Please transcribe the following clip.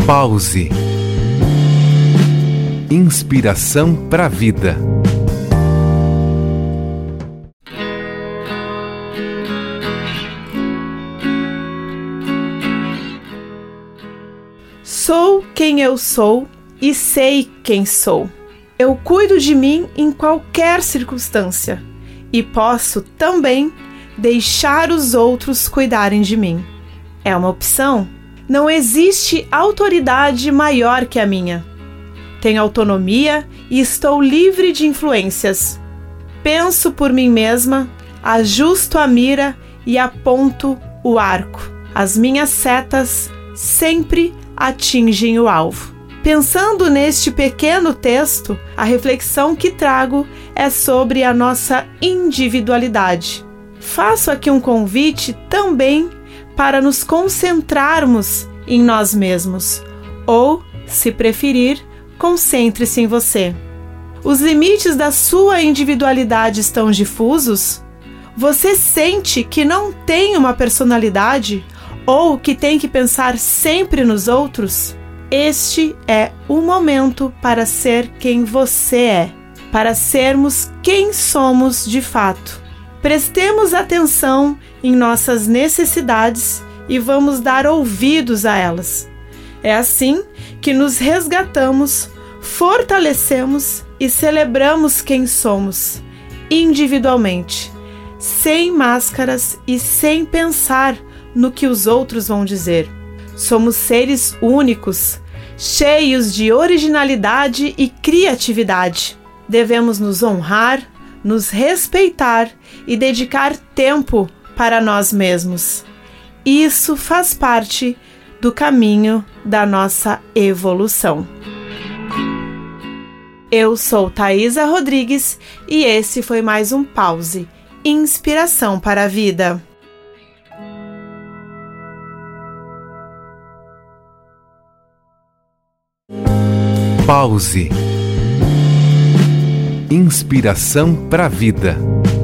Pause. Inspiração para a vida. Sou quem eu sou e sei quem sou. Eu cuido de mim em qualquer circunstância e posso também deixar os outros cuidarem de mim. É uma opção. Não existe autoridade maior que a minha. Tenho autonomia e estou livre de influências. Penso por mim mesma, ajusto a mira e aponto o arco. As minhas setas sempre atingem o alvo. Pensando neste pequeno texto, a reflexão que trago é sobre a nossa individualidade. Faço aqui um convite também para nos concentrarmos em nós mesmos, ou, se preferir, concentre-se em você. Os limites da sua individualidade estão difusos? Você sente que não tem uma personalidade ou que tem que pensar sempre nos outros? Este é o momento para ser quem você é, para sermos quem somos de fato. Prestemos atenção em nossas necessidades e vamos dar ouvidos a elas. É assim que nos resgatamos, fortalecemos e celebramos quem somos, individualmente, sem máscaras e sem pensar no que os outros vão dizer. Somos seres únicos, cheios de originalidade e criatividade. Devemos nos honrar, nos respeitar e dedicar tempo para nós mesmos. Isso faz parte do caminho da nossa evolução. Eu sou Thaisa Rodrigues e esse foi mais um Pause, Inspiração para a Vida. Pause. Inspiração para a vida.